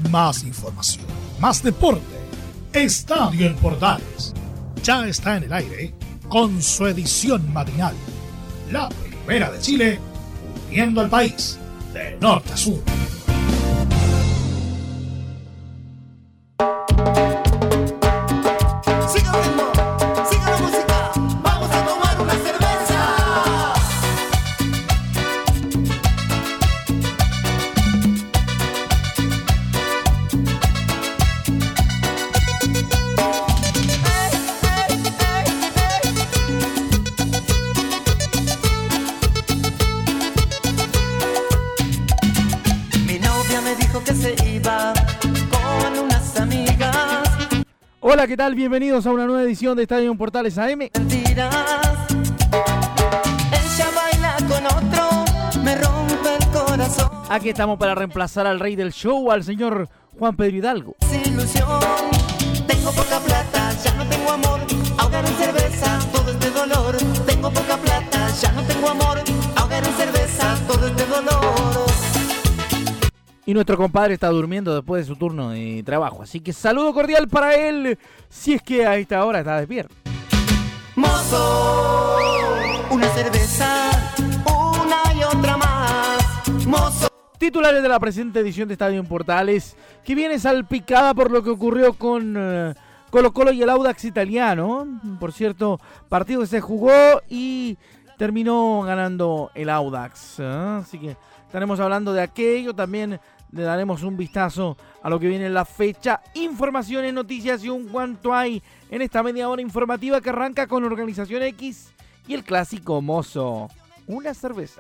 Más información, más deporte. Estadio en Portales ya está en el aire con su edición matinal. La primera de Chile, uniendo al país de norte a sur. Hola, ¿qué tal? Bienvenidos a una nueva edición de Estadio en Portales AM. Mentiras. Ella baila con otro, me rompe el corazón. Aquí estamos para reemplazar al rey del show, al señor Juan Pedro Hidalgo. Ilusión, tengo poca plata, ya no tengo amor. Ahogar en cerveza, todo es de dolor. Tengo poca plata, ya no tengo amor. Ahogar en cerveza, todo es de dolor. Y nuestro compadre está durmiendo después de su turno de trabajo. Así que saludo cordial para él, si es que a esta hora está despierto. Mozo, una cerveza, una y otra más. Mozo. Titulares de la presente edición de Estadio en Portales, que viene salpicada por lo que ocurrió con Colo Colo y el Audax italiano. Por cierto, partido que se jugó y terminó ganando el Audax. Así que estaremos hablando de aquello. También le daremos un vistazo a lo que viene en la fecha, informaciones, noticias y un cuanto hay en esta media hora informativa que arranca con Organización X y el clásico mozo, una cerveza.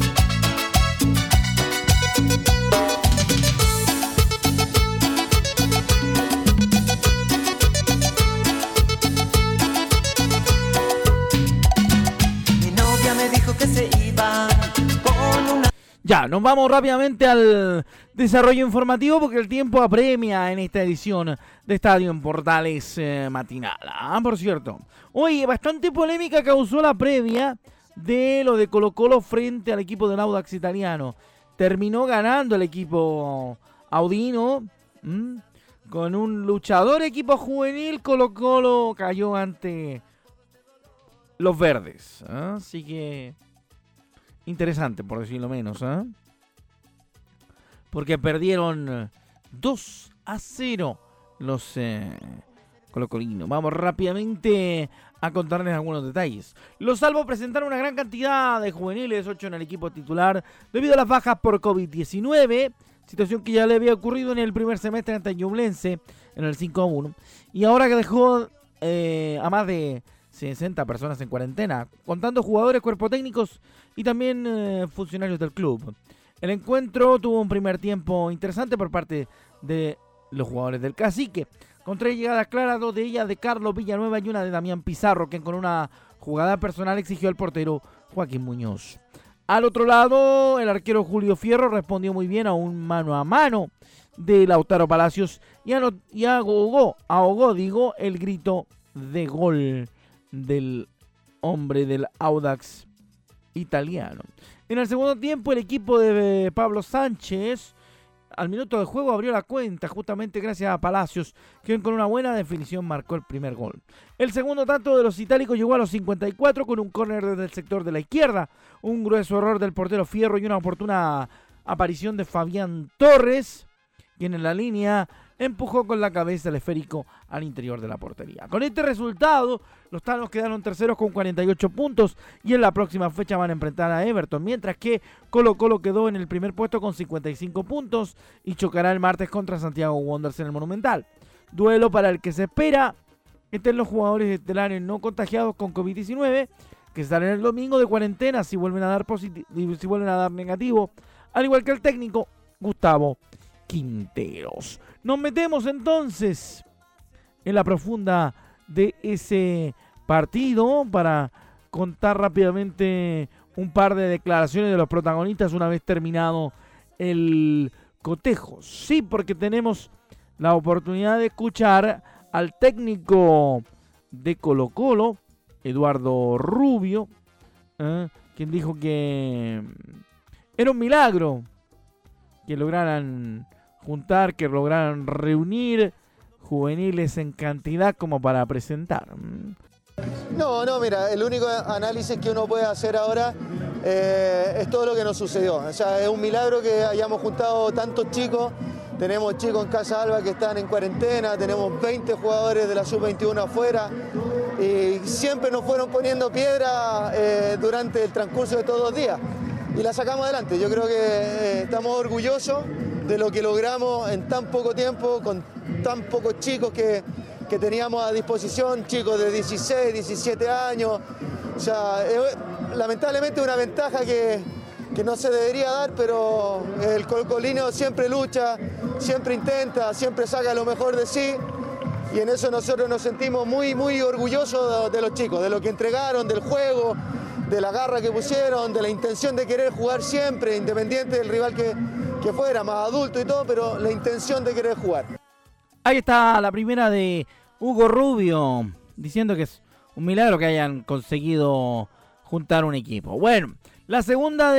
Mi novia me dijo que se iba con una... Ya, nos vamos rápidamente al desarrollo informativo porque el tiempo apremia en esta edición de Estadio en Portales matinal. Por cierto, hoy bastante polémica causó la previa de lo de Colo Colo frente al equipo del Audax italiano. Terminó ganando el equipo audino con un luchador equipo juvenil. Colo Colo cayó ante los verdes. Así que... interesante, por decirlo menos, porque perdieron 2-0 los colocolinos. Vamos rápidamente a contarles algunos detalles. Los salvos presentaron una gran cantidad de juveniles, 8 en el equipo titular, debido a las bajas por COVID-19, situación que ya le había ocurrido en el primer semestre ante Ñublense en el 5-1, y ahora que dejó a más de 60 personas en cuarentena, contando jugadores, cuerpos técnicos y también funcionarios del club. El encuentro tuvo un primer tiempo interesante por parte de los jugadores del Cacique, con 3 llegadas claras, 2 de ellas de Carlos Villanueva y una de Damián Pizarro, quien con una jugada personal exigió al portero Joaquín Muñoz. Al otro lado, el arquero Julio Fierro respondió muy bien a un mano a mano de Lautaro Palacios y ahogó el grito de gol del hombre del Audax italiano. En el segundo tiempo, el equipo de Pablo Sánchez, al minuto de juego, abrió la cuenta, justamente gracias a Palacios, quien con una buena definición marcó el primer gol. El segundo tanto de los itálicos llegó a los 54 con un córner desde el sector de la izquierda, un grueso error del portero Fierro y una oportuna aparición de Fabián Torres, quien en la línea empujó con la cabeza el esférico al interior de la portería. Con este resultado, los tanos quedaron terceros con 48 puntos y en la próxima fecha van a enfrentar a Everton, mientras que Colo Colo quedó en el primer puesto con 55 puntos y chocará el martes contra Santiago Wanderers en el Monumental. Duelo para el que se espera estén los jugadores estelares no contagiados con COVID-19, que estarán el domingo de cuarentena si vuelven a dar negativo, al igual que el técnico Gustavo Quinteros. Nos metemos entonces en la profunda de ese partido para contar rápidamente un par de declaraciones de los protagonistas una vez terminado el cotejo. Sí, porque tenemos la oportunidad de escuchar al técnico de Colo Colo, Eduardo Rubio, quien dijo que era un milagro que lograran juntar, que lograron reunir juveniles en cantidad como para presentar. No, mira, el único análisis que uno puede hacer ahora es todo lo que nos sucedió. O sea, es un milagro que hayamos juntado tantos chicos. Tenemos chicos en Casa Alba que están en cuarentena, tenemos 20 jugadores de la Sub-21 afuera y siempre nos fueron poniendo piedra durante el transcurso de todos los días y la sacamos adelante. Yo creo que estamos orgullosos de lo que logramos en tan poco tiempo, con tan pocos chicos que teníamos a disposición, chicos de 16, 17 años. O sea, lamentablemente una ventaja que no se debería dar, pero el colocolino siempre lucha, siempre intenta, siempre saca lo mejor de sí y en eso nosotros nos sentimos muy, muy orgullosos de los chicos, de lo que entregaron, del juego, de la garra que pusieron, de la intención de querer jugar siempre, independiente del rival que fuera, más adulto y todo, pero la intención de querer jugar. Ahí está la primera de Hugo Rubio, diciendo que es un milagro que hayan conseguido juntar un equipo. Bueno, la segunda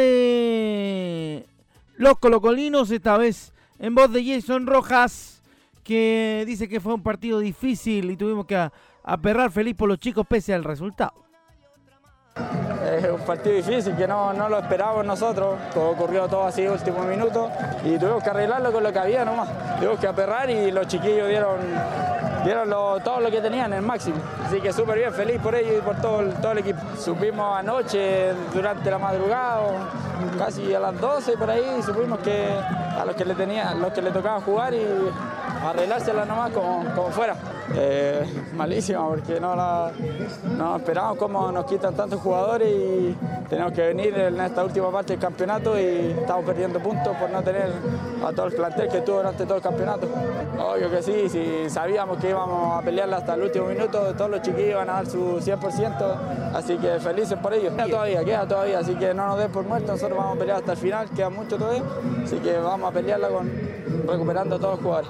de los colocolinos, esta vez en voz de Jason Rojas, que dice que fue un partido difícil y tuvimos que aperrar feliz por los chicos pese al resultado. Es un partido difícil que no lo esperábamos nosotros, todo ocurrió todo así último minuto y tuvimos que arreglarlo con lo que había nomás. Tuvimos que aperrar y los chiquillos dieron todo lo que tenían, el máximo. Así que súper bien, feliz por ellos y por todo el equipo. Supimos anoche, durante la madrugada, casi a las 12 por ahí, supimos que a los que le tocaba jugar y arreglársela nomás como fuera. Malísima porque no esperábamos cómo nos quitan tantos jugadores y tenemos que venir en esta última parte del campeonato y estamos perdiendo puntos por no tener a todo el plantel que tuvo durante todo el campeonato. Obvio que sí, sabíamos que íbamos a pelearla hasta el último minuto, todos los chiquillos iban a dar su 100%, así que felices por ellos. Queda todavía, así que no nos den por muertos, nosotros vamos a pelear hasta el final, queda mucho todavía, así que vamos a pelearla recuperando a todos los jugadores.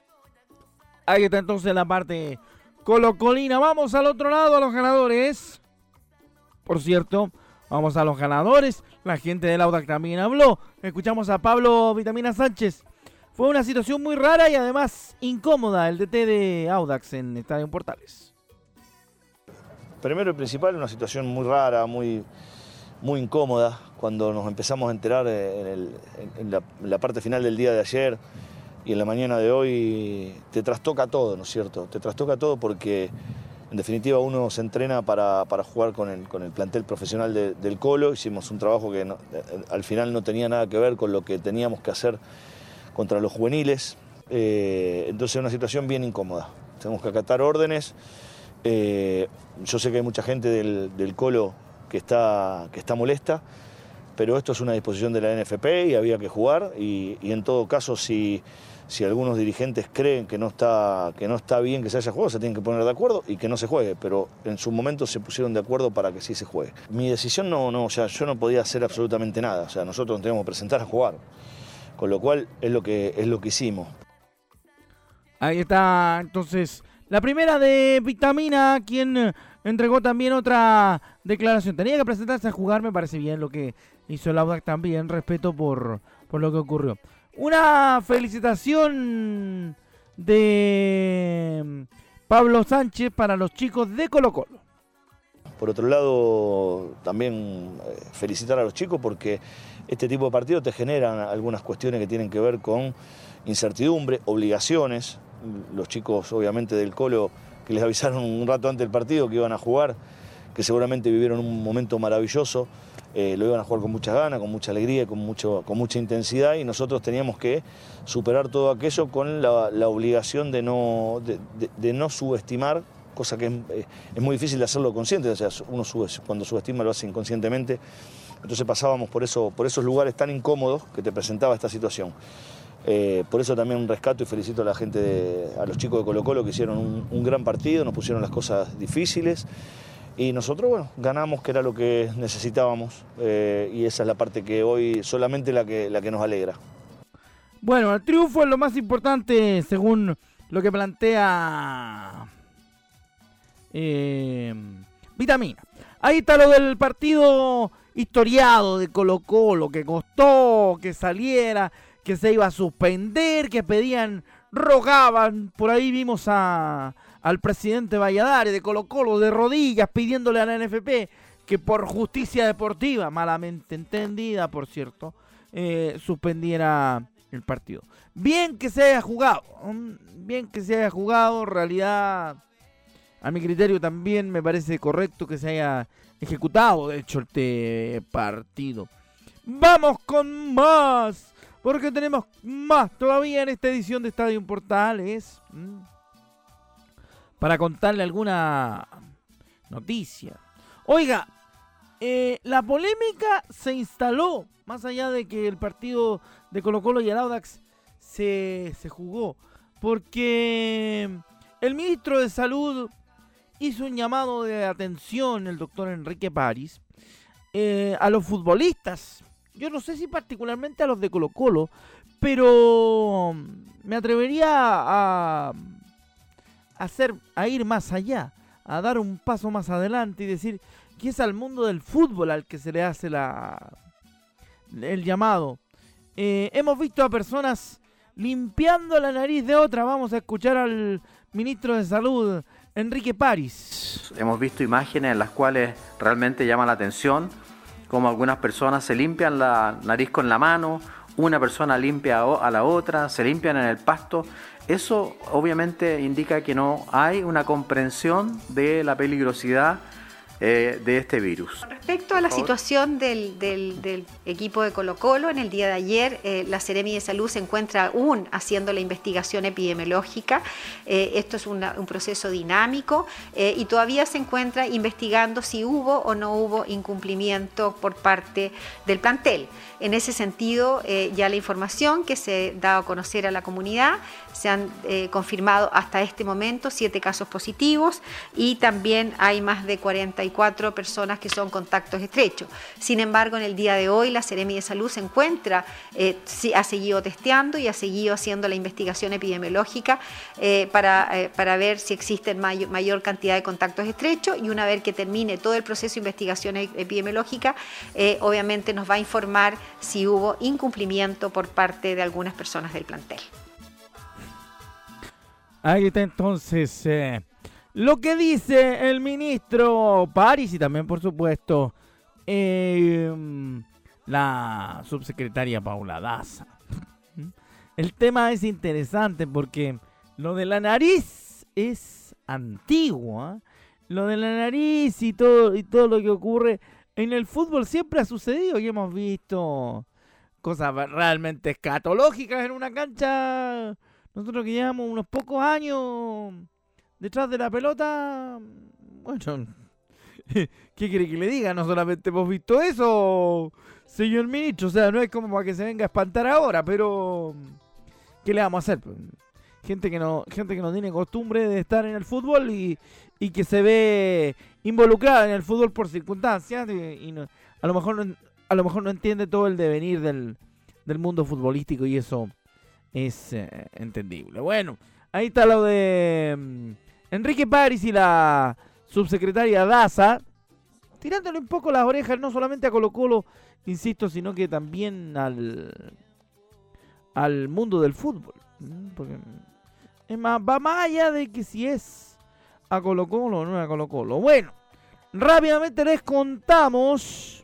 Ahí está entonces la parte colocolina. Vamos al otro lado, a los ganadores. Por cierto, vamos a los ganadores. La gente del Audax también habló. Escuchamos a Pablo Vitamina Sánchez. Fue una situación muy rara y además incómoda el DT de Audax en Estadio Portales. Primero y principal, una situación muy rara, muy incómoda. Cuando nos empezamos a enterar en la parte final del día de ayer y en la mañana de hoy, te trastoca todo, ¿no es cierto? Te trastoca todo porque, en definitiva, uno se entrena para jugar con el plantel profesional del Colo. Hicimos un trabajo que al final no tenía nada que ver con lo que teníamos que hacer contra los juveniles. Entonces, es una situación bien incómoda. Tenemos que acatar órdenes. Yo sé que hay mucha gente del Colo que está molesta, pero esto es una disposición de la NFP y había que jugar. Y en todo caso, si algunos dirigentes creen que no está bien que se haya jugado, se tienen que poner de acuerdo y que no se juegue, pero en su momento se pusieron de acuerdo para que sí se juegue. Mi decisión o sea, yo no podía hacer absolutamente nada, o sea, nosotros nos teníamos que presentar a jugar, con lo cual es lo que hicimos. Ahí está entonces la primera de Vitamina, quien entregó también otra declaración. Tenía que presentarse a jugar, me parece bien lo que hizo el Audax también, respeto por lo que ocurrió. Una felicitación de Pablo Sánchez para los chicos de Colo-Colo. Por otro lado, también felicitar a los chicos porque este tipo de partidos te generan algunas cuestiones que tienen que ver con incertidumbre, obligaciones. Los chicos, obviamente, del Colo, que les avisaron un rato antes del partido que iban a jugar, que seguramente vivieron un momento maravilloso. Lo iban a jugar con muchas ganas, con mucha alegría, con mucha intensidad, y nosotros teníamos que superar todo aquello con la obligación de no subestimar, cosa que es muy difícil de hacerlo consciente. O sea, uno cuando subestima lo hace inconscientemente. Entonces pasábamos por esos lugares tan incómodos que te presentaba esta situación. Por eso también rescato y felicito a la gente, a los chicos de Colo-Colo, que hicieron un gran partido, nos pusieron las cosas difíciles. Y nosotros, bueno, ganamos, que era lo que necesitábamos, y esa es la parte que hoy solamente la que nos alegra. Bueno, el triunfo es lo más importante según lo que plantea Vitamina. Ahí está lo del partido historiado de Colo-Colo, que costó que saliera, que se iba a suspender, que pedían, rogaban. Por ahí vimos al presidente Valladares de Colo-Colo de rodillas pidiéndole a la NFP que por justicia deportiva, malamente entendida por cierto, suspendiera el partido. Bien que se haya jugado, en realidad a mi criterio también me parece correcto que se haya ejecutado de hecho este partido. Vamos con más, porque tenemos más todavía en esta edición de Estadio Portales para contarle alguna noticia. Oiga, la polémica se instaló, más allá de que el partido de Colo-Colo y el Audax se jugó, porque el ministro de Salud hizo un llamado de atención, el doctor Enrique París, a los futbolistas. Yo no sé si particularmente a los de Colo-Colo, pero me atrevería a ir más allá, a dar un paso más adelante y decir que es al mundo del fútbol al que se le hace el llamado. Hemos visto a personas limpiando la nariz de otra. Vamos a escuchar al ministro de Salud, Enrique París. Hemos visto imágenes en las cuales realmente llama la atención, como algunas personas se limpian la nariz con la mano, una persona limpia a la otra, se limpian en el pasto. Eso obviamente indica que no hay una comprensión de la peligrosidad de este virus. Respecto a la situación del equipo de Colo-Colo, en el día de ayer la Seremi de Salud se encuentra aún haciendo la investigación epidemiológica. Esto es un proceso dinámico y todavía se encuentra investigando si hubo o no hubo incumplimiento por parte del plantel. En ese sentido, ya la información que se da a conocer a la comunidad, se han confirmado hasta este momento 7 casos positivos y también hay más de 44 personas que son contactos estrechos. Sin embargo, en el día de hoy la Seremi de Salud se encuentra, ha seguido testeando y ha seguido haciendo la investigación epidemiológica para ver si existen mayor cantidad de contactos estrechos, y una vez que termine todo el proceso de investigación epidemiológica, obviamente nos va a informar si hubo incumplimiento por parte de algunas personas del plantel. Ahí está entonces lo que dice el ministro París y también, por supuesto, la subsecretaria Paula Daza. El tema es interesante porque lo de la nariz es antiguo, ¿eh? Lo de la nariz y todo lo que ocurre en el fútbol siempre ha sucedido y hemos visto cosas realmente escatológicas en una cancha. Nosotros que llevamos unos pocos años detrás de la pelota, bueno, ¿qué quiere que le diga? No solamente hemos visto eso, señor ministro, o sea, no es como para que se venga a espantar ahora, pero ¿qué le vamos a hacer? Gente que no tiene costumbre de estar en el fútbol y que se ve involucrada en el fútbol por circunstancias y no, a lo mejor no entiende todo el devenir del mundo futbolístico y eso es entendible. Bueno, ahí está lo de Enrique París y la subsecretaria Daza tirándole un poco las orejas no solamente a Colo-Colo, insisto, sino que también al mundo del fútbol, porque es más, va más allá de que si es a Colo-Colo o no es a Colo-Colo. Bueno, rápidamente les contamos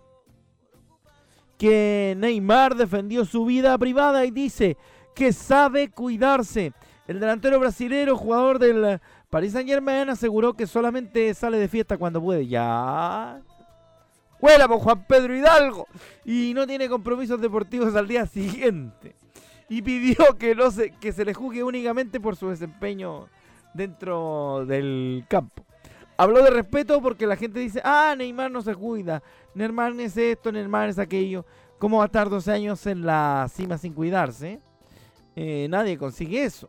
que Neymar defendió su vida privada y dice que sabe cuidarse. El delantero brasilero, jugador del Paris Saint-Germain, aseguró que solamente sale de fiesta cuando puede. Ya. ¡Huela por Juan Pedro Hidalgo! Y no tiene compromisos deportivos al día siguiente. Y pidió que se le juzgue únicamente por su desempeño dentro del campo. Habló de respeto porque la gente dice, Neymar no se cuida, Neymar es esto, Neymar es aquello. ¿Cómo va a estar 12 años en la cima sin cuidarse? Nadie consigue eso.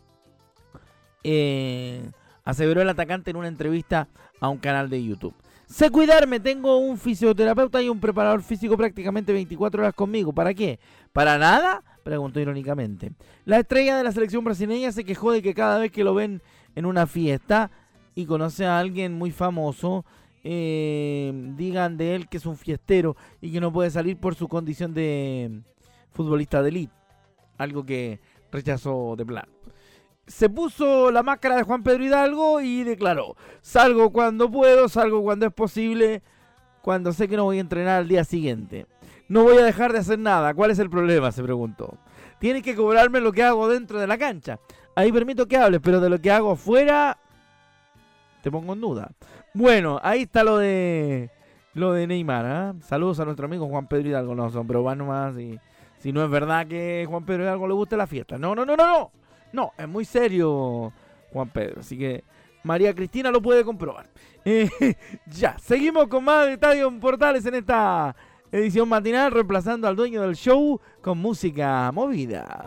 Aseveró el atacante en una entrevista a un canal de YouTube. Sé cuidarme, tengo un fisioterapeuta y un preparador físico prácticamente 24 horas conmigo. ¿Para qué? ¿Para nada?, preguntó irónicamente. La estrella de la selección brasileña se quejó de que cada vez que lo ven en una fiesta y conoce a alguien muy famoso, digan de él que es un fiestero y que no puede salir por su condición de futbolista de élite. algo que rechazó de plano. Se puso la máscara de Juan Pedro Hidalgo y declaró: salgo cuando puedo, salgo cuando es posible, cuando sé que no voy a entrenar al día siguiente. No voy a dejar de hacer nada. ¿Cuál es el problema?, se preguntó. Tienes que cobrarme lo que hago dentro de la cancha. Ahí permito que hables, pero de lo que hago fuera te pongo en duda. Bueno, ahí está lo de Neymar, ¿eh? Saludos a nuestro amigo Juan Pedro Hidalgo. No, son bromas nomás. Si no es verdad que Juan Pedro Hidalgo le guste la fiesta. No. No, es muy serio Juan Pedro. Así que María Cristina lo puede comprobar. Ya, seguimos con más de Estadio en Portales en esta edición matinal, reemplazando al dueño del show con música movida.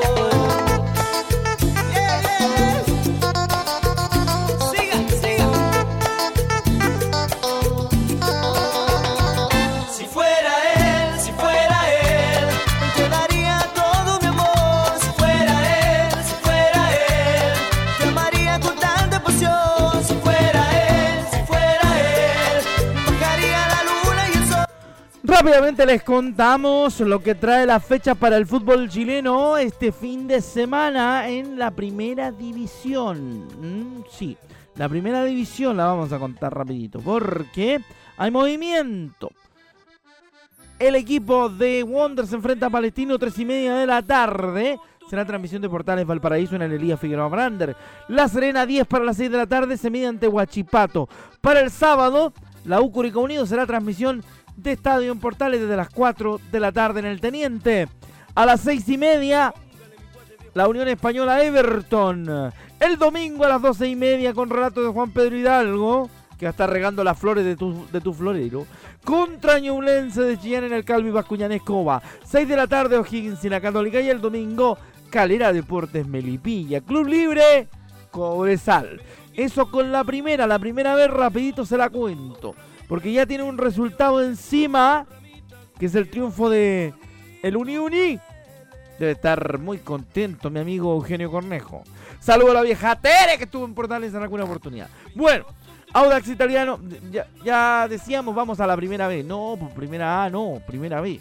Rápidamente les contamos lo que trae la fecha para el fútbol chileno este fin de semana en la primera división. Sí, la primera división la vamos a contar rapidito porque hay movimiento. El equipo de Wanderers se enfrenta a Palestino 3:30 de la tarde. Será transmisión de Portales Valparaíso en el Elías Figueroa Brander. La Serena 10 para las 6 de la tarde se mide ante Huachipato. Para el sábado, la U Curicó Unido será transmisión de Estadio en Portales desde las 4 de la tarde en el Teniente. A las 6:30, la Unión Española Everton. El domingo a las 12:30 con relato de Juan Pedro Hidalgo, que va a estar regando las flores de tu florero, contra Ñublense de Chillán en el Calvi Bascuñán Escoba. 6 de la tarde O'Higgins y la Católica, y el domingo Calera Deportes Melipilla. Club Libre Cobresal. Eso con la primera vez rapidito se la cuento, porque ya tiene un resultado encima, que es el triunfo de el Uni. Debe estar muy contento mi amigo Eugenio Cornejo. Saludo a la vieja Tere, que estuvo en Portales en alguna oportunidad. Bueno, Audax Italiano, ya decíamos, vamos a la primera B. No, pues primera A, no, primera B.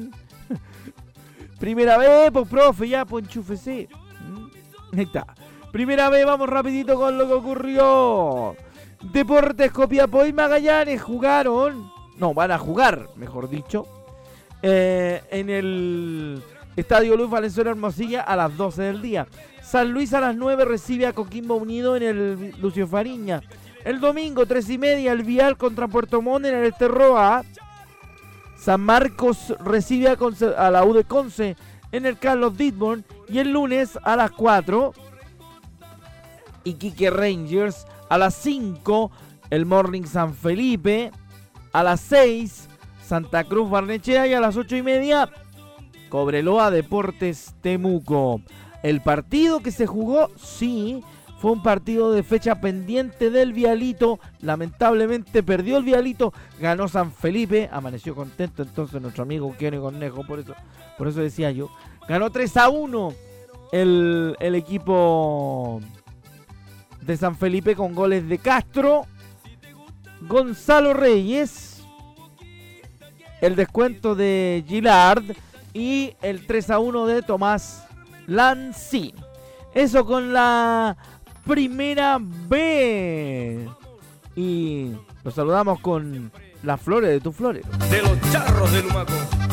Primera B, pues profe, ya, pues enchúfese. Ahí está. Primera B, vamos rapidito con lo que ocurrió. Deportes Copiapó y Magallanes van a jugar, mejor dicho, en el Estadio Luis Valenzuela Hermosilla a las 12 del día. San Luis a las 9 recibe a Coquimbo Unido en el Lucio Fariña. El domingo 3:30 el Vial contra Puerto Montt en el Esterroa. San Marcos recibe a la U de Conce en el Carlos Ditborn. Y el lunes a las 4 Iquique Rangers. A las 5, el Morning San Felipe. A las 6, Santa Cruz Barnechea. Y a las 8:30, Cobreloa Deportes Temuco. El partido que se jugó, sí, fue un partido de fecha pendiente del Vialito. Lamentablemente perdió el Vialito. Ganó San Felipe. Amaneció contento entonces nuestro amigo Eugenio Cornejo. Por eso decía yo. Ganó 3-1 el equipo de San Felipe con goles de Castro, Gonzalo Reyes, el descuento de Gillard y el 3-1 de Tomás Lanzini. Eso con la primera B. Y los saludamos con las flores de tu florero. De los charros de Lumaco.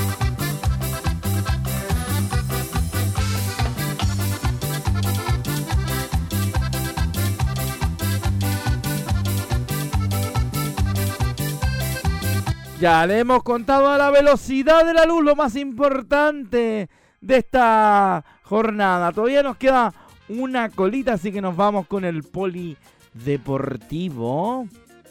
Ya le hemos contado a la velocidad de la luz lo más importante de esta jornada. Todavía nos queda una colita, así que nos vamos con el polideportivo.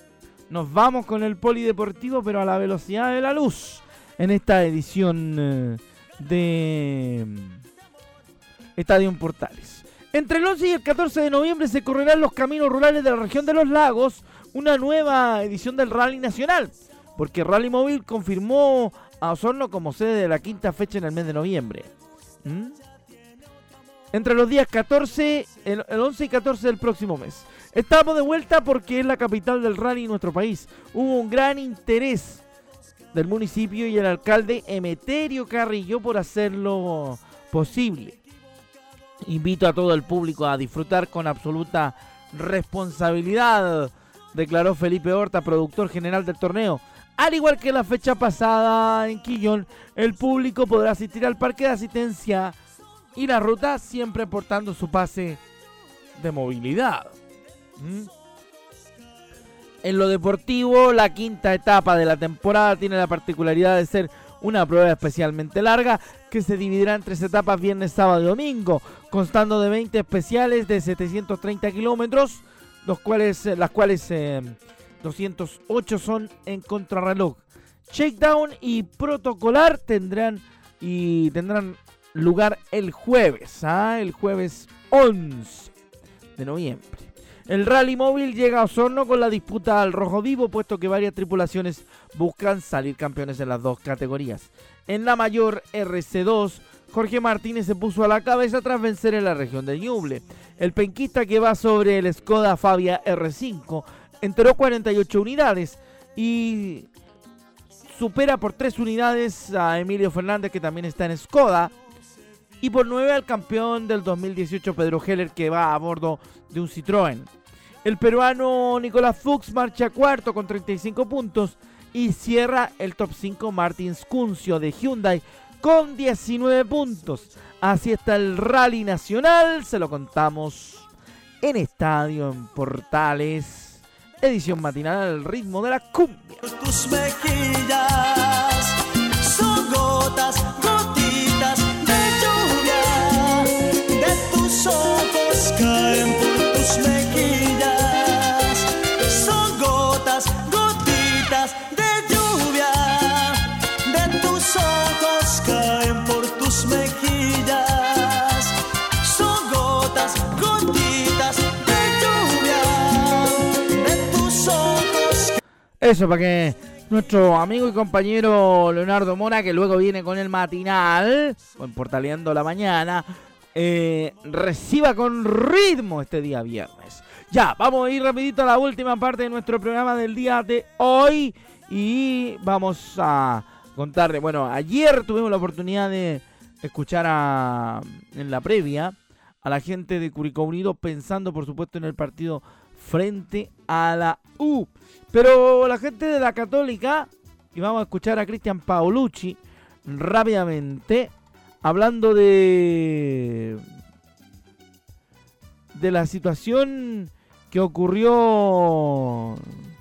Pero a la velocidad de la luz en esta edición de Estadio en Portales. Entre el 11 y el 14 de noviembre se correrán los caminos rurales de la región de los lagos, una nueva edición del Rally Nacional, porque Rally Móvil confirmó a Osorno como sede de la quinta fecha en el mes de noviembre. Entre los días el 11 y 14 del próximo mes. Estamos de vuelta porque es la capital del rally en nuestro país. Hubo un gran interés del municipio y el alcalde Emeterio Carrillo por hacerlo posible. Invito a todo el público a disfrutar con absoluta responsabilidad, declaró Felipe Horta, productor general del torneo. Al igual que la fecha pasada en Quillón, el público podrá asistir al parque de asistencia y la ruta siempre portando su pase de movilidad. En lo deportivo, la quinta etapa de la temporada tiene la particularidad de ser una prueba especialmente larga que se dividirá en 3 etapas, viernes, sábado y domingo, constando de 20 especiales de 730 kilómetros, las cuales 208 son en contrarreloj. Shakedown y protocolar tendrán lugar el jueves 11 de noviembre. El rally móvil llega a Osorno con la disputa al rojo vivo, puesto que varias tripulaciones buscan salir campeones en las dos categorías. En la mayor RC2, Jorge Martínez se puso a la cabeza tras vencer en la región de Ñuble. El penquista, que va sobre el Skoda Fabia R5, enteró 48 unidades y supera por 3 unidades a Emilio Fernández, que también está en Skoda, y por 9 al campeón del 2018 Pedro Heller, que va a bordo de un Citroën. El peruano Nicolás Fuchs marcha cuarto con 35 puntos y cierra el top 5 Martín Scuncio de Hyundai con 19 puntos. Así está el Rally Nacional, se lo contamos en Estadio en Portales, edición matinal al ritmo de la cumbia. Tus mejillas son gotas, gotitas de lluvia, de tus ojos caen por tus mejillas, son gotas, gotitas de lluvia, de tus ojos caen por tus mejillas, son gotas, gotitas de lluvia, de tus ojos. Eso, para que nuestro amigo y compañero Leonardo Mora, que luego viene con el matinal, con Portaleando la Mañana, reciba con ritmo este día viernes. Ya, vamos a ir rapidito a la última parte de nuestro programa del día de hoy y vamos a contarle, bueno, ayer tuvimos la oportunidad de escuchar en la previa a la gente de Curicó Unido, pensando por supuesto en el partido frente a la U. Pero la gente de la Católica, y vamos a escuchar a Cristian Paolucci rápidamente, hablando de la situación que ocurrió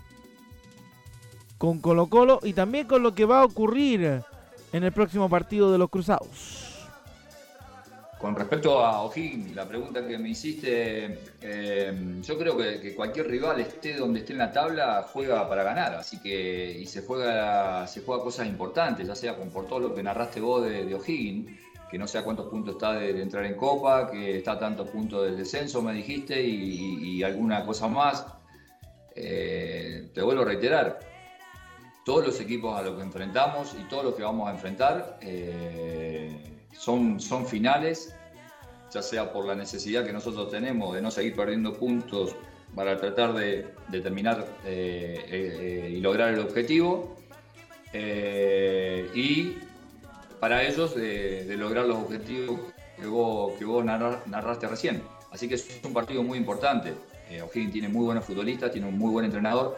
con Colo-Colo y también con lo que va a ocurrir en el próximo partido de los Cruzados. Con respecto a O'Higgins, la pregunta que me hiciste, yo creo que cualquier rival, esté donde esté en la tabla, juega para ganar, así que y se juega cosas importantes, ya sea por todo lo que narraste vos de O'Higgins, que no sé a cuántos puntos está de entrar en Copa, que está a tantos puntos del descenso, me dijiste, y alguna cosa más. Te vuelvo a reiterar, todos los equipos a los que enfrentamos y todos los que vamos a enfrentar son finales, ya sea por la necesidad que nosotros tenemos de no seguir perdiendo puntos para tratar de terminar y lograr el objetivo, y para ellos de lograr los objetivos que vos narraste recién. Así que es un partido muy importante. O'Higgins tiene muy buenos futbolistas, tiene un muy buen entrenador,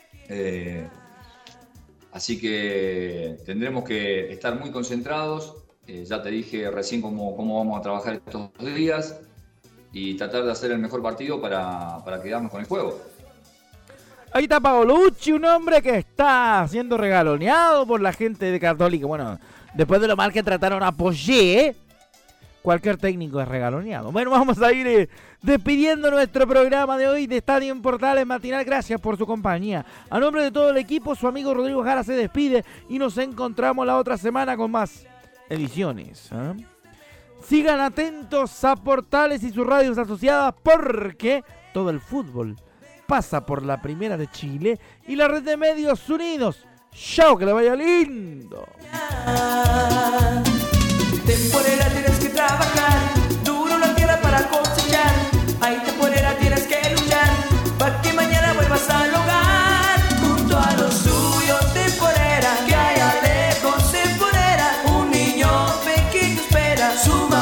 así que tendremos que estar muy concentrados. Ya te dije recién cómo vamos a trabajar estos días y tratar de hacer el mejor partido para quedarnos con el juego. Ahí está Paolucci, un hombre que está siendo regaloneado por la gente de Católica. Bueno, después de lo mal que trataron a Poyet, cualquier técnico es regaloneado. Bueno, vamos a ir despidiendo nuestro programa de hoy de Estadio en Portales Matinal. Gracias por su compañía. A nombre de todo el equipo, su amigo Rodrigo Jara se despide y nos encontramos la otra semana con más ediciones. Sigan atentos a Portales y sus radios asociadas, porque todo el fútbol pasa por la Primera de Chile y la Red de Medios Unidos. ¡Chao, que le vaya lindo! Temporera tienes que trabajar, duro la tierra para cosechar. Ahí temporera tienes que luchar, para que mañana vuelvas al hogar. Junto a los suyos, temporera, que allá lejos temporera, un niño pequeño espera su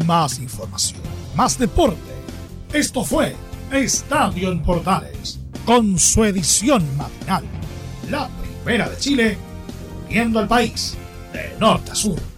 más información, más deporte. Esto fue Estadio en Portales, con su edición matinal. La Primera de Chile, viendo al país de norte a sur.